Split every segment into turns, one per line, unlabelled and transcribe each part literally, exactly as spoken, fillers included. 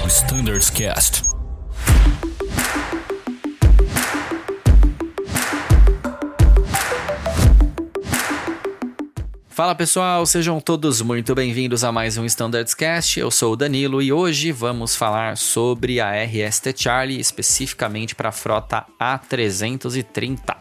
Standards Cast. Fala pessoal, sejam todos muito bem-vindos a mais um Standards Cast. Eu sou o Danilo e hoje vamos falar sobre a R S T Charlie, especificamente para a frota A trezentos e trinta.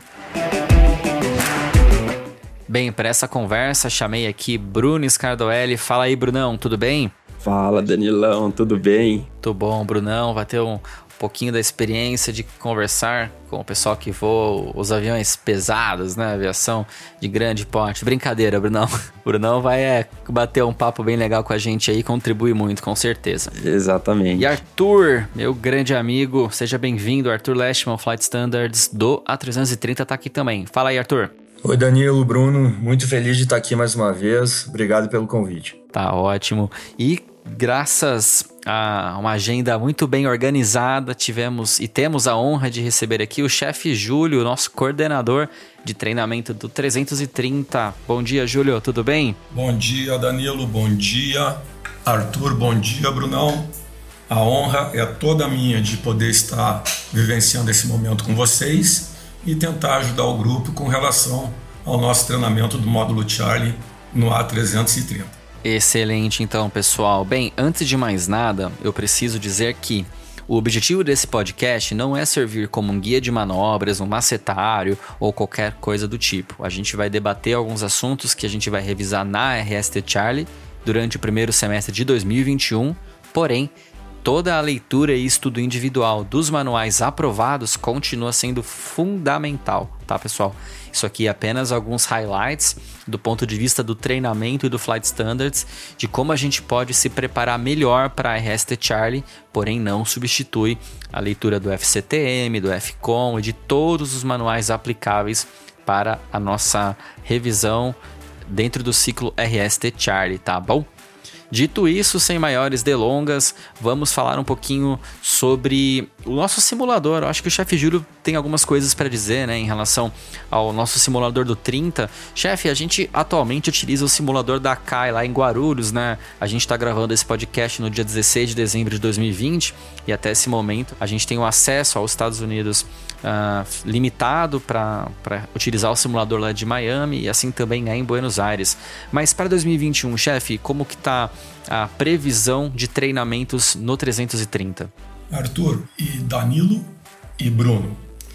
Bem, para essa conversa chamei aqui Bruno Scardoelli. Fala aí, Brunão, tudo bem?
Fala, Danilão, tudo bem?
Tudo bom, Brunão. Vai ter um pouquinho da experiência de conversar com o pessoal que voa os aviões pesados, né? Aviação de grande porte. Brincadeira, Brunão. O Brunão vai é, bater um papo bem legal com a gente aí, contribui muito, com certeza.
Exatamente.
E Arthur, meu grande amigo, seja bem-vindo. Arthur Leshman, Flight Standards do A trezentos e trinta, tá aqui também. Fala aí, Arthur.
Oi, Danilo, Bruno, muito feliz de estar aqui mais uma vez. Obrigado pelo convite.
Tá ótimo. E graças a uma agenda muito bem organizada, tivemos e temos a honra de receber aqui o chefe Júlio, nosso coordenador de treinamento do trezentos e trinta. Bom dia, Júlio, tudo bem?
Bom dia, Danilo, bom dia, Arthur, bom dia, Brunão. A honra é toda minha de poder estar vivenciando esse momento com vocês e tentar ajudar o grupo com relação ao nosso treinamento do módulo Charlie no A trezentos e trinta.
Excelente, então, pessoal. Bem, antes de mais nada, eu preciso dizer que o objetivo desse podcast não é servir como um guia de manobras, um macetário ou qualquer coisa do tipo. A gente vai debater alguns assuntos que a gente vai revisar na R S T Charlie durante o primeiro semestre de dois mil e vinte e um, porém, toda a leitura e estudo individual dos manuais aprovados continua sendo fundamental, tá, pessoal? Isso aqui é apenas alguns highlights do ponto de vista do treinamento e do Flight Standards, de como a gente pode se preparar melhor para a R S T Charlie, porém não substitui a leitura do F C T M, do F C O M e de todos os manuais aplicáveis para a nossa revisão dentro do ciclo R S T Charlie, tá bom? Dito isso, sem maiores delongas, vamos falar um pouquinho sobre o nosso simulador. Eu acho que o chefe Júlio tem algumas coisas para dizer, né, em relação ao nosso simulador do trinta. Chefe, a gente atualmente utiliza o simulador da C A I lá em Guarulhos, né? A gente está gravando esse podcast no dia dezesseis de dezembro de dois mil e vinte e até esse momento a gente tem o acesso aos Estados Unidos uh, limitado para utilizar o simulador lá de Miami e assim também é em Buenos Aires. Mas para dois mil e vinte e um, chefe, como que está a previsão de treinamentos no trezentos e trinta?
Arthur e Danilo e Bruno,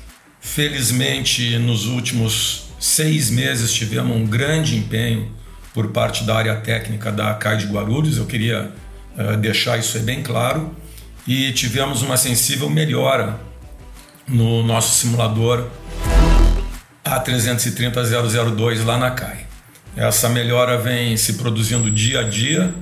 felizmente nos últimos seis meses tivemos um grande empenho por parte da área técnica da C A I de Guarulhos. Eu queria uh, deixar isso aí bem claro, e tivemos uma sensível melhora no nosso simulador A trezentos e trinta zero zero dois lá na C A I. Essa melhora vem se produzindo dia a dia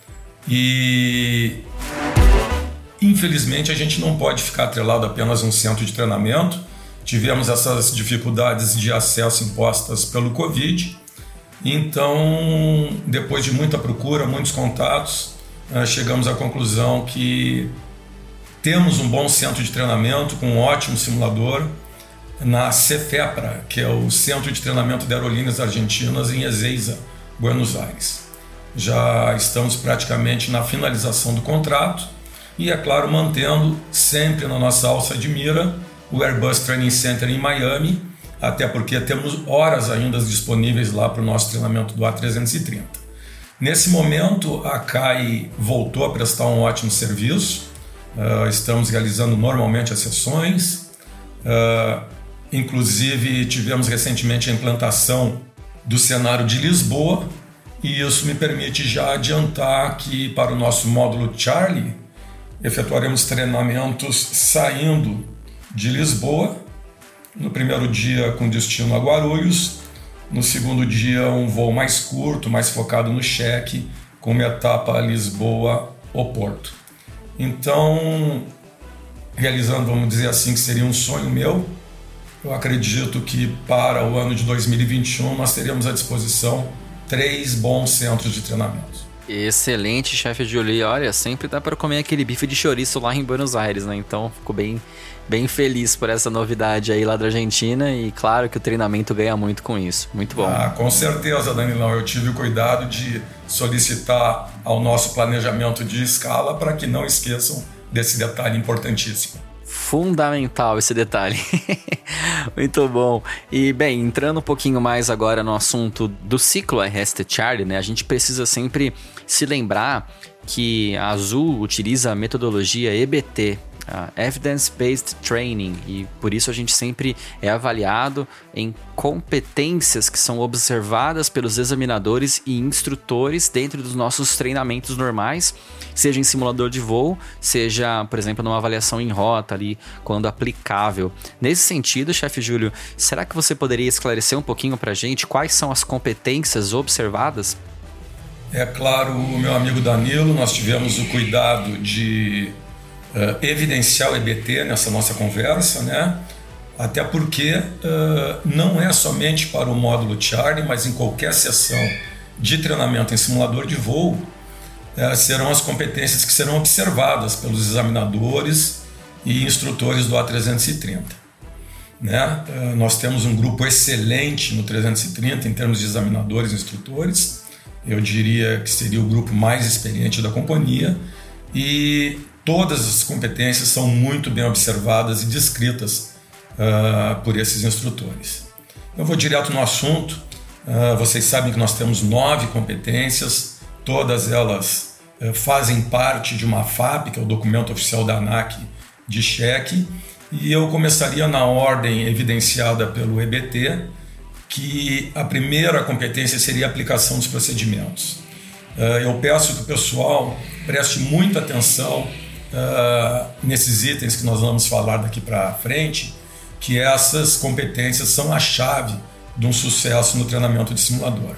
e infelizmente a gente não pode ficar atrelado apenas a um centro de treinamento. Tivemos essas dificuldades de acesso impostas pelo Covid, então depois de muita procura, muitos contatos, chegamos à conclusão que temos um bom centro de treinamento com um ótimo simulador na CEFEPRA, que é o Centro de Treinamento de Aerolíneas Argentinas em Ezeiza, Buenos Aires. Já estamos praticamente na finalização do contrato e, é claro, mantendo sempre na nossa alça de mira o Airbus Training Center em Miami, até porque temos horas ainda disponíveis lá para o nosso treinamento do A trezentos e trinta. Nesse momento, a C A I voltou a prestar um ótimo serviço, uh, estamos realizando normalmente as sessões, uh, inclusive tivemos recentemente a implantação do cenário de Lisboa, e isso me permite já adiantar que para o nosso módulo Charlie efetuaremos treinamentos saindo de Lisboa, no primeiro dia com destino a Guarulhos, no segundo dia um voo mais curto, mais focado no cheque, com uma etapa Lisboa-Oporto. Então, realizando, vamos dizer assim, que seria um sonho meu, eu acredito que para o ano de dois mil e vinte e um nós teremos à disposição três bons centros de treinamento.
Excelente, chefe Júlio. Olha, sempre dá para comer aquele bife de chouriço lá em Buenos Aires, né? Então, fico bem, bem feliz por essa novidade aí lá da Argentina e claro que o treinamento ganha muito com isso. Muito bom.
Ah, com certeza, Danilão. Eu tive o cuidado de solicitar ao nosso planejamento de escala para que não esqueçam desse detalhe importantíssimo.
Fundamental esse detalhe. Muito bom. E bem, entrando um pouquinho mais agora no assunto do ciclo R S T Charlie, né? A gente precisa sempre se lembrar que a Azul utiliza a metodologia E B T, a Evidence-Based Training, e por isso a gente sempre é avaliado em competências que são observadas pelos examinadores e instrutores dentro dos nossos treinamentos normais, seja em simulador de voo, seja, por exemplo, numa avaliação em rota ali, quando aplicável. Nesse sentido, chefe Júlio, será que você poderia esclarecer um pouquinho pra gente quais são as competências observadas?
É claro, meu amigo Danilo, nós tivemos o cuidado de Uh, evidenciar o E B T nessa nossa conversa, né? Até porque uh, não é somente para o módulo Charlie, mas em qualquer sessão de treinamento em simulador de voo, uh, serão as competências que serão observadas pelos examinadores e instrutores do A trezentos e trinta. Né? Uh, nós temos um grupo excelente no trezentos e trinta em termos de examinadores e instrutores, eu diria que seria o grupo mais experiente da companhia, e todas as competências são muito bem observadas e descritas uh, por esses instrutores. Eu vou direto no assunto. Uh, vocês sabem que nós temos nove competências, todas elas uh, fazem parte de uma F A P, que é o documento oficial da ANAC de cheque, e eu começaria na ordem evidenciada pelo E B T, que a primeira competência seria a aplicação dos procedimentos. Uh, eu peço que o pessoal preste muita atenção Uh, nesses itens que nós vamos falar daqui para frente, que essas competências são a chave de um sucesso no treinamento de simulador.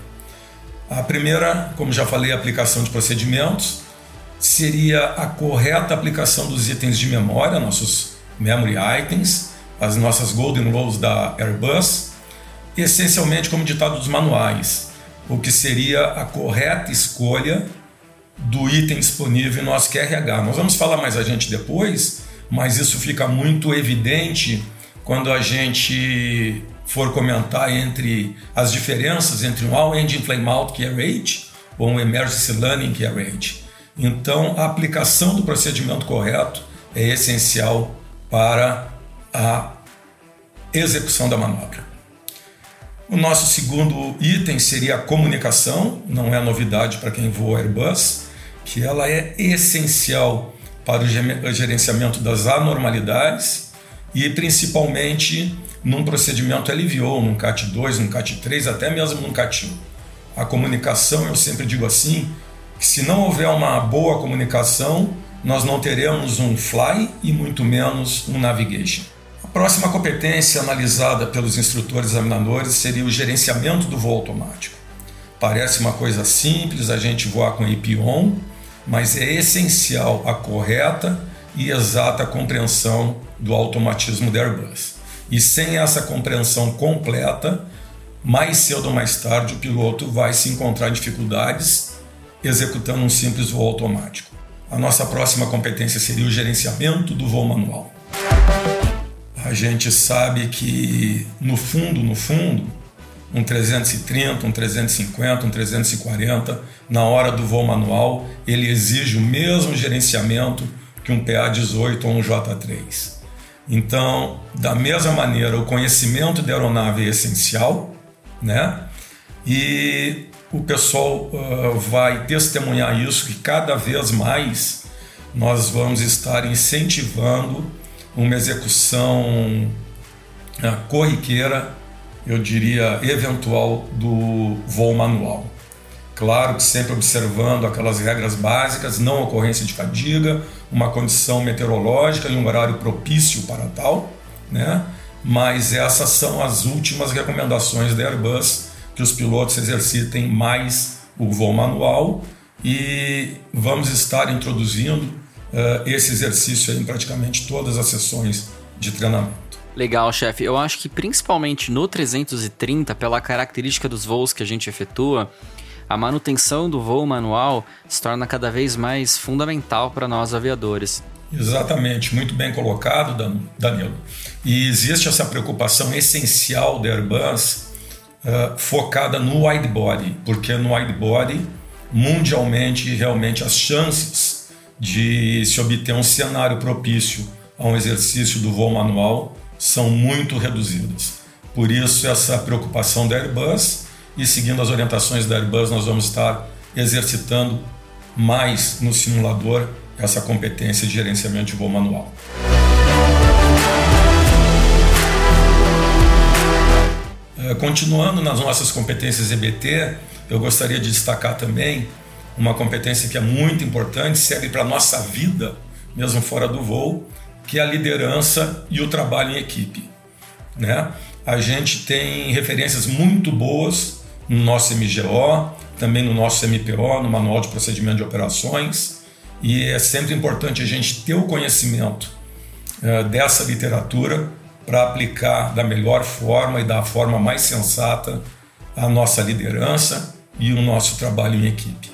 A primeira, como já falei, a aplicação de procedimentos, seria a correta aplicação dos itens de memória, nossos memory items, as nossas golden rules da Airbus, essencialmente como ditado dos manuais, o que seria a correta escolha do item disponível no nosso Q R H. Nós vamos falar mais a gente depois, mas isso fica muito evidente quando a gente for comentar entre as diferenças entre um All Engine Flame Out Key Rate ou um Emergency Landing Key Rate. Então, a aplicação do procedimento correto é essencial para a execução da manobra. O nosso segundo item seria a comunicação, não é novidade para quem voa Airbus, que ela é essencial para o gerenciamento das anormalidades e principalmente num procedimento L V O, num C A T dois, num C A T três, até mesmo num C A T um. A comunicação, eu sempre digo assim, que se não houver uma boa comunicação, nós não teremos um fly e muito menos um navigation. A próxima competência analisada pelos instrutores examinadores seria o gerenciamento do voo automático. Parece uma coisa simples a gente voar com A P on, mas é essencial a correta e exata compreensão do automatismo da Airbus. E sem essa compreensão completa, mais cedo ou mais tarde o piloto vai se encontrar em dificuldades executando um simples voo automático. A nossa próxima competência seria o gerenciamento do voo manual. A gente sabe que no fundo, no fundo, um trezentos e trinta, um trezentos e cinquenta, um trezentos e quarenta, na hora do voo manual, ele exige o mesmo gerenciamento que um P A dezoito ou um J três. Então, da mesma maneira, o conhecimento da aeronave é essencial, né? E o pessoal uh, vai testemunhar isso, que cada vez mais nós vamos estar incentivando uma execução uh, corriqueira, eu diria, eventual do voo manual. Claro que sempre observando aquelas regras básicas, não ocorrência de fadiga, uma condição meteorológica e um horário propício para tal, né? Mas essas são as últimas recomendações da Airbus, que os pilotos exercitem mais o voo manual, e vamos estar introduzindo uh, esse exercício em praticamente todas as sessões de treinamento.
Legal, chefe. Eu acho que principalmente no trezentos e trinta, pela característica dos voos que a gente efetua, a manutenção do voo manual se torna cada vez mais fundamental para nós aviadores.
Exatamente, muito bem colocado, Danilo. E existe essa preocupação essencial da Airbus uh, focada no widebody, porque no widebody, mundialmente, realmente as chances de se obter um cenário propício a um exercício do voo manual são muito reduzidas. Por isso, essa preocupação da Airbus, e seguindo as orientações da Airbus, nós vamos estar exercitando mais no simulador essa competência de gerenciamento de voo manual. Continuando nas nossas competências E B T, eu gostaria de destacar também uma competência que é muito importante, serve para a nossa vida, mesmo fora do voo, que é a liderança e o trabalho em equipe, né? A gente tem referências muito boas no nosso M G O, também no nosso M P O, no Manual de Procedimento de Operações, e é sempre importante a gente ter o conhecimento uh, dessa literatura para aplicar da melhor forma e da forma mais sensata a nossa liderança e o nosso trabalho em equipe.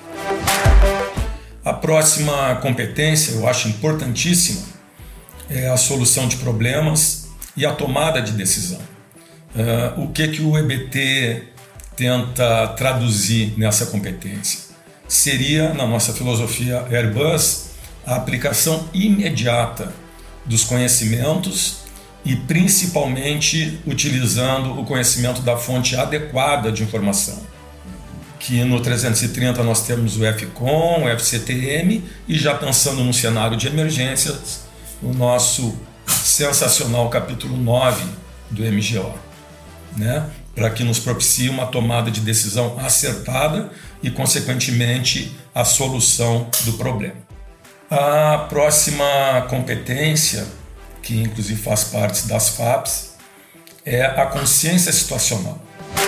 A próxima competência, eu acho importantíssima, é a solução de problemas e a tomada de decisão. Uh, o que, que o E B T tenta traduzir nessa competência? Seria, na nossa filosofia Airbus, a aplicação imediata dos conhecimentos e principalmente utilizando o conhecimento da fonte adequada de informação. Que no trezentos e trinta nós temos o F COM, o F C T M e já pensando num cenário de emergências, o nosso sensacional capítulo nove do M G O, né? Para que nos propicie uma tomada de decisão acertada e, consequentemente, a solução do problema. A próxima competência, que inclusive faz parte das F A Ps, é a consciência situacional.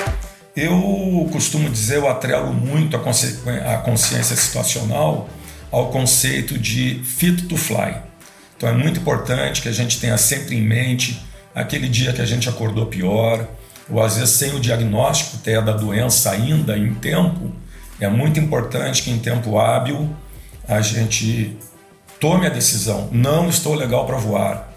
Eu costumo dizer, eu atrelo muito a, consci... a consciência situacional ao conceito de fit to fly. Então é muito importante que a gente tenha sempre em mente aquele dia que a gente acordou pior, ou às vezes sem o diagnóstico até da doença ainda em tempo. É muito importante que em tempo hábil a gente tome a decisão, não estou legal para voar,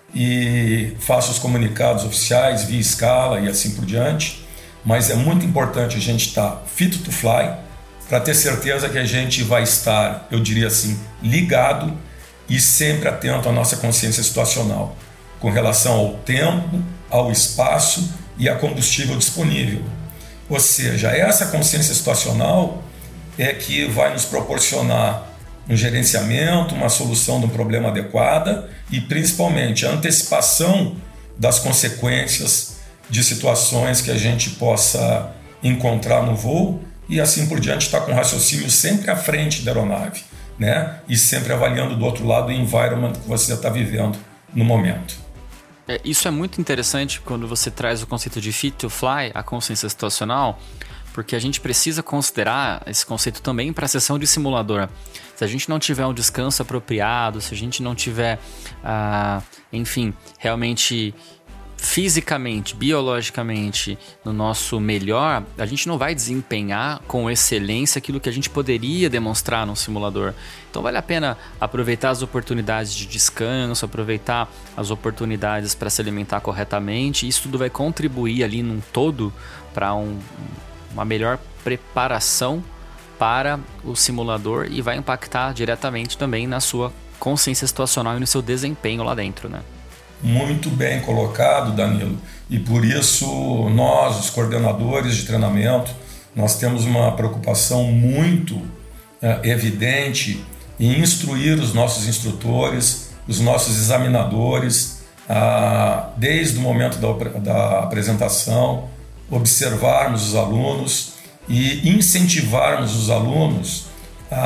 e faça os comunicados oficiais via escala e assim por diante, mas é muito importante a gente estar fit to fly para ter certeza que a gente vai estar, eu diria assim, ligado e sempre atento à nossa consciência situacional com relação ao tempo, ao espaço e a combustível disponível. Ou seja, essa consciência situacional é que vai nos proporcionar um gerenciamento, uma solução de um problema adequada e, principalmente, a antecipação das consequências de situações que a gente possa encontrar no voo e, assim por diante, estar com o raciocínio sempre à frente da aeronave, né? E sempre avaliando do outro lado o environment que você está vivendo no momento.
É, isso é muito interessante quando você traz o conceito de fit to fly, a consciência situacional, porque a gente precisa considerar esse conceito também para a sessão de simulador. Se a gente não tiver um descanso apropriado, se a gente não tiver, ah, enfim, realmente fisicamente, biologicamente, no nosso melhor, a gente não vai desempenhar com excelência aquilo que a gente poderia demonstrar num simulador. Então vale a pena aproveitar as oportunidades de descanso, aproveitar as oportunidades para se alimentar corretamente. Isso tudo vai contribuir ali num todo para um, uma melhor preparação para o simulador e vai impactar diretamente também na sua consciência situacional e no seu desempenho lá dentro, né?
Muito bem colocado, Danilo. E por isso nós, os coordenadores de treinamento, nós temos uma preocupação muito é, evidente em instruir os nossos instrutores, os nossos examinadores, a, desde o momento da, da apresentação, observarmos os alunos e incentivarmos os alunos a,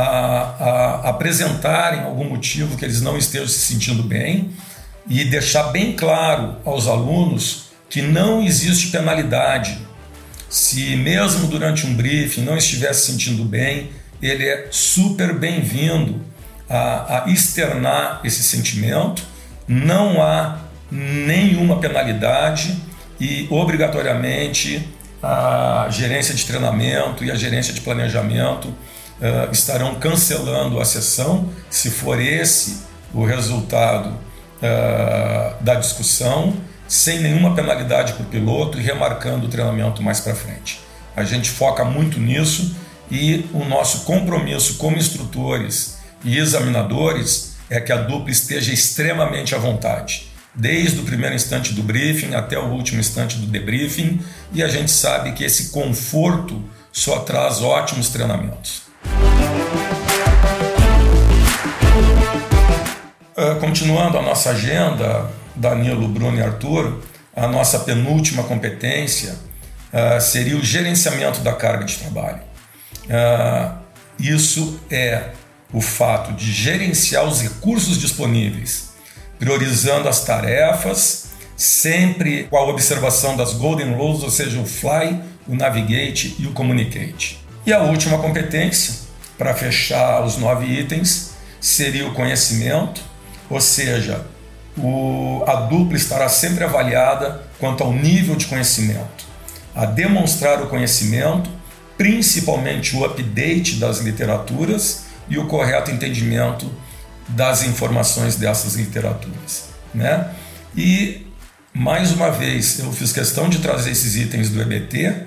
a apresentarem algum motivo que eles não estejam se sentindo bem e deixar bem claro aos alunos que não existe penalidade. Se mesmo durante um briefing não estiver se sentindo bem, ele é super bem-vindo a, a externar esse sentimento. Não há nenhuma penalidade e, obrigatoriamente, a gerência de treinamento e a gerência de planejamento uh, estarão cancelando a sessão, se for esse o resultado uh, da discussão, sem nenhuma penalidade para o piloto e remarcando o treinamento mais para frente. A gente foca muito nisso e o nosso compromisso como instrutores e examinadores é que a dupla esteja extremamente à vontade, desde o primeiro instante do briefing até o último instante do debriefing, e a gente sabe que esse conforto só traz ótimos treinamentos. Uh, continuando a nossa agenda, Danilo, Bruno e Arthur, a nossa penúltima competência uh, seria o gerenciamento da carga de trabalho. Uh, isso é o fato de gerenciar os recursos disponíveis, priorizando as tarefas, sempre com a observação das Golden Rules, ou seja, o Fly, o Navigate e o Communicate. E a última competência, para fechar os nove itens, seria o conhecimento, ou seja, o, a dupla estará sempre avaliada quanto ao nível de conhecimento, a demonstrar o conhecimento, principalmente o update das literaturas e o correto entendimento das informações dessas literaturas, né? E, mais uma vez, eu fiz questão de trazer esses itens do E B T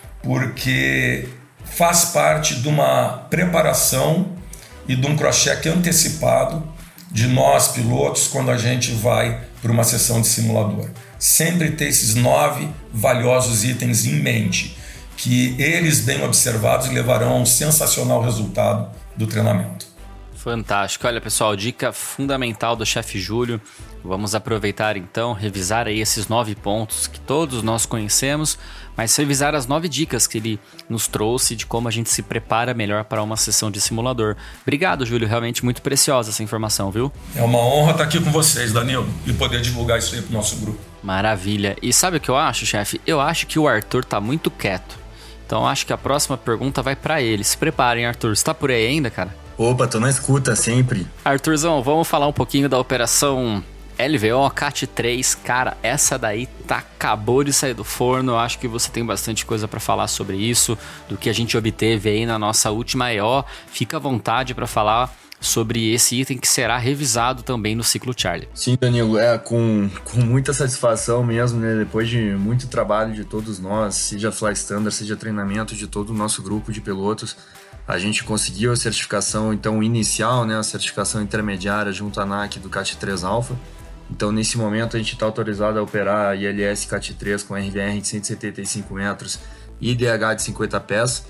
porque faz parte de uma preparação e de um cross-check antecipado de nós, pilotos, quando a gente vai para uma sessão de simulador. Sempre ter esses nove valiosos itens em mente, que eles, bem observados, levarão a um sensacional resultado do treinamento.
Fantástico. Olha, pessoal, dica fundamental do chefe Júlio. Vamos aproveitar então, revisar aí esses nove pontos que todos nós conhecemos, mas revisar as nove dicas que ele nos trouxe de como a gente se prepara melhor para uma sessão de simulador. Obrigado, Júlio. Realmente muito preciosa essa informação, viu?
É uma honra estar aqui com vocês, Danilo, e poder divulgar isso aí para o nosso grupo.
Maravilha. E sabe o que eu acho, chefe? Eu acho que o Arthur tá muito quieto. Então acho que a próxima pergunta vai para ele. Se preparem, Arthur. Você tá por aí ainda, cara?
Opa, tô na escuta sempre.
Arthurzão, vamos falar um pouquinho da operação L V O C A T três. Cara, essa daí tá, acabou de sair do forno. Eu acho que você tem bastante coisa para falar sobre isso, do que a gente obteve aí na nossa última E O. Fica à vontade para falar sobre esse item que será revisado também no ciclo Charlie.
Sim, Danilo, é com, com muita satisfação mesmo, né? Depois de muito trabalho de todos nós, seja Fly Standard, seja treinamento de todo o nosso grupo de pilotos, a gente conseguiu a certificação então inicial, né? A certificação intermediária junto à ANAC do C A T três Alpha. Então, nesse momento, a gente está autorizado a operar a I L S C A T três com R V R de cento e setenta e cinco metros e D H de cinquenta pés.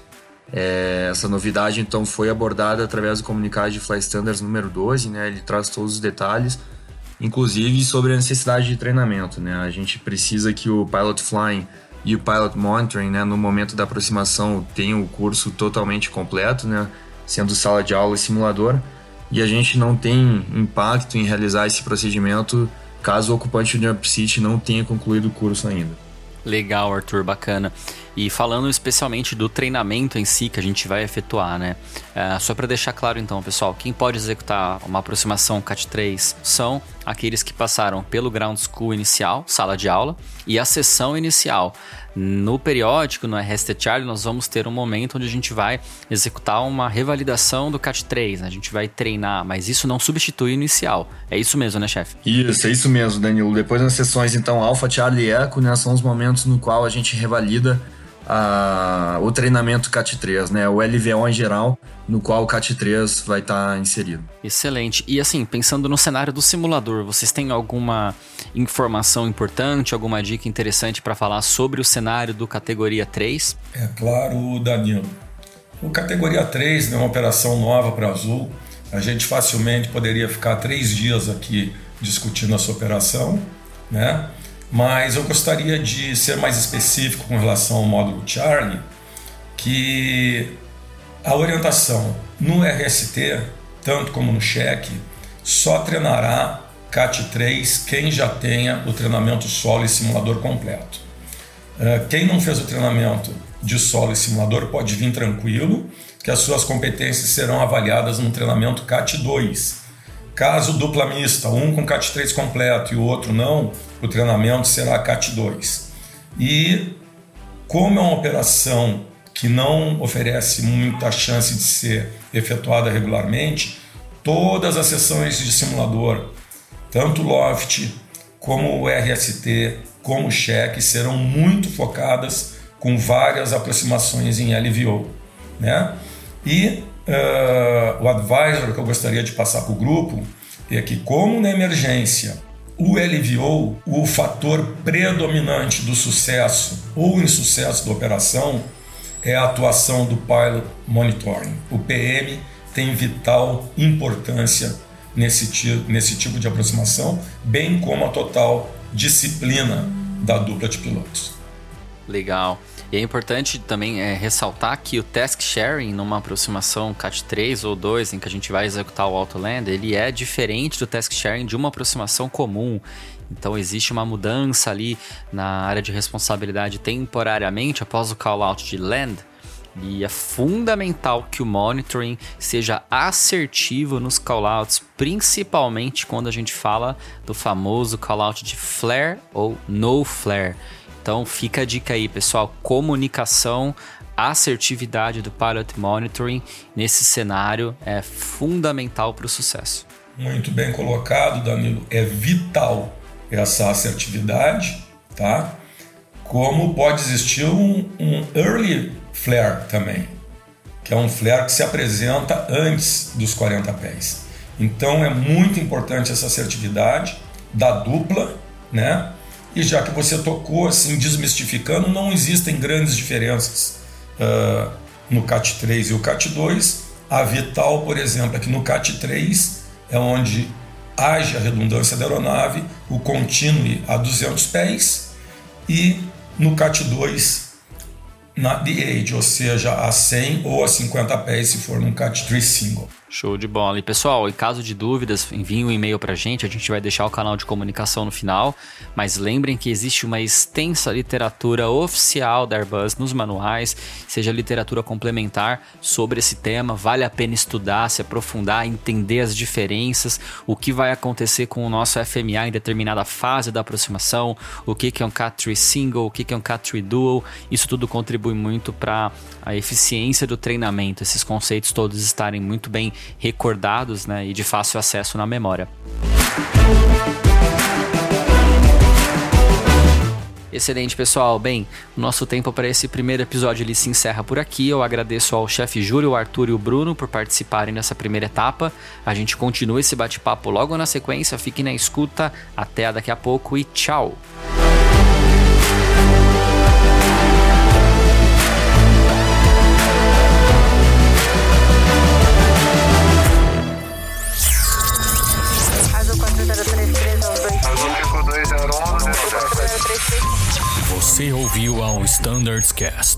É, essa novidade, então, foi abordada através do comunicado de Fly Standards número doze, né? Ele traz todos os detalhes, inclusive sobre a necessidade de treinamento, né? A gente precisa que o Pilot Flying e o Pilot Monitoring, né, no momento da aproximação, tenham o curso totalmente completo, né? Sendo sala de aula e simulador. E a gente não tem impacto em realizar esse procedimento caso o ocupante do Jump Seat não tenha concluído o curso ainda.
Legal, Arthur, bacana. E falando especialmente do treinamento em si que a gente vai efetuar, né? É, só para deixar claro então, pessoal, quem pode executar uma aproximação C A T três são aqueles que passaram pelo Ground School inicial, sala de aula, e a sessão inicial. No periódico, no R S T Charlie, nós vamos ter um momento onde a gente vai executar uma revalidação do C A T três, né? A gente vai treinar, mas isso não substitui o inicial. É isso mesmo, né, chefe?
Isso, é isso mesmo, Danilo. Depois das sessões, então, Alpha, Charlie e Echo, né, são os momentos no qual a gente revalida a, o treinamento C A T três, né? O L V O em geral, no qual o C A T três vai estar tá inserido.
Excelente. E assim, pensando no cenário do simulador, vocês têm alguma informação importante, alguma dica interessante para falar sobre o cenário do categoria três?
É claro, Danilo. O categoria três é uma operação nova para a Azul. A gente facilmente poderia ficar três dias aqui discutindo essa operação, né? Mas eu gostaria de ser mais específico com relação ao módulo Charlie, que a orientação no R S T, tanto como no cheque, só treinará C A T três quem já tenha o treinamento solo e simulador completo. Quem não fez o treinamento de solo e simulador pode vir tranquilo, que as suas competências serão avaliadas no treinamento C A T dois. Caso dupla mista, um com C A T três completo e o outro não, o treinamento será C A T dois. E como é uma operação que não oferece muita chance de ser efetuada regularmente, todas as sessões de simulador, tanto o Loft, como o R S T, como o cheque, serão muito focadas com várias aproximações em L V O, né? E uh, o advisor que eu gostaria de passar para o grupo é que, como na emergência o L V O, o fator predominante do sucesso ou insucesso da operação é a atuação do Pilot Monitoring. O P M tem vital importância nesse, nesse tipo de aproximação, bem como a total disciplina da dupla de pilotos.
Legal. E é importante também é, ressaltar que o Task Sharing numa aproximação C A T três ou dois, em que a gente vai executar o Autoland, ele é diferente do Task Sharing de uma aproximação comum. Então existe uma mudança ali na área de responsabilidade temporariamente após o call-out de Land. E é fundamental que o monitoring seja assertivo nos callouts, principalmente quando a gente fala do famoso callout de flare ou no flare. Então fica a dica aí, pessoal, comunicação, assertividade do Pilot Monitoring nesse cenário é fundamental para o sucesso.
Muito bem colocado, Danilo. É vital essa assertividade, tá? Como pode existir um, um early flare também, que é um flare que se apresenta antes dos quarenta pés. Então é muito importante essa assertividade da dupla, né? E já que você tocou assim, desmistificando, não existem grandes diferenças uh, no C A T três e o C A T dois. A vital, por exemplo, é que no C A T três é onde age a redundância da aeronave, o continue a duzentos pés, e no C A T dois na The Age, ou seja, a cem ou a cinquenta pés se for num C A T três single.
Show de bola. E pessoal, em caso de dúvidas, enviem um e-mail pra gente, a gente vai deixar o canal de comunicação no final, mas lembrem que existe uma extensa literatura oficial da Airbus nos manuais, seja literatura complementar sobre esse tema, vale a pena estudar, se aprofundar, entender as diferenças, o que vai acontecer com o nosso F M A em determinada fase da aproximação, o que é um C A T três single, o que é um C A T três dual, isso tudo contribui muito para a eficiência do treinamento, esses conceitos todos estarem muito bem recordados, né, e de fácil acesso na memória. Excelente, pessoal. Bem, o nosso tempo para esse primeiro episódio ele se encerra por aqui. Eu agradeço ao chefe Júlio, o Arthur e o Bruno por participarem dessa primeira etapa. A gente continua esse bate-papo logo na sequência. Fiquem na escuta. Até daqui a pouco e tchau!
Você ouviu ao Standards Cast.